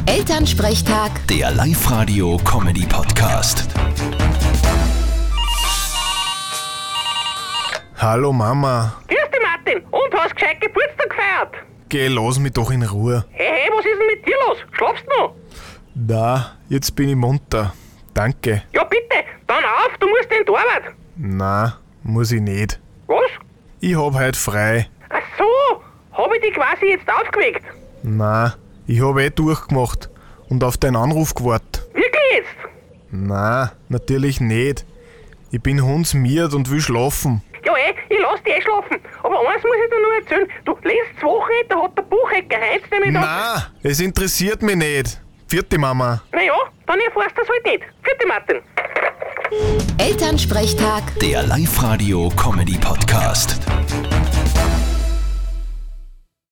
Elternsprechtag, Der Live-Radio-Comedy-Podcast. Hallo Mama. Grüß dich, Martin. Und, hast gescheit Geburtstag gefeiert? Geh, lass mich doch in Ruhe. Hey, was ist denn mit dir los? Schlafst du noch? Na, jetzt bin ich munter. Danke. Ja, bitte, dann auf, du musst in die Arbeit. Na, muss ich nicht. Was? Ich hab heute frei. Ach so, hab ich dich quasi jetzt aufgeweckt? Na, ich hab durchgemacht und auf deinen Anruf gewartet. Wirklich jetzt? Na, natürlich nicht. Ich bin hundsmiert und will schlafen. Ja, ich lass dich schlafen. Aber eins muss ich dir nur erzählen. Du letztes Wochenende, da hat der Buchecker Heinz nämlich da... Na, es interessiert mich nicht. Vierte Mama. Naja, dann erfährst du das halt nicht. Vierte Martin. Elternsprechtag. Der Live-Radio-Comedy-Podcast.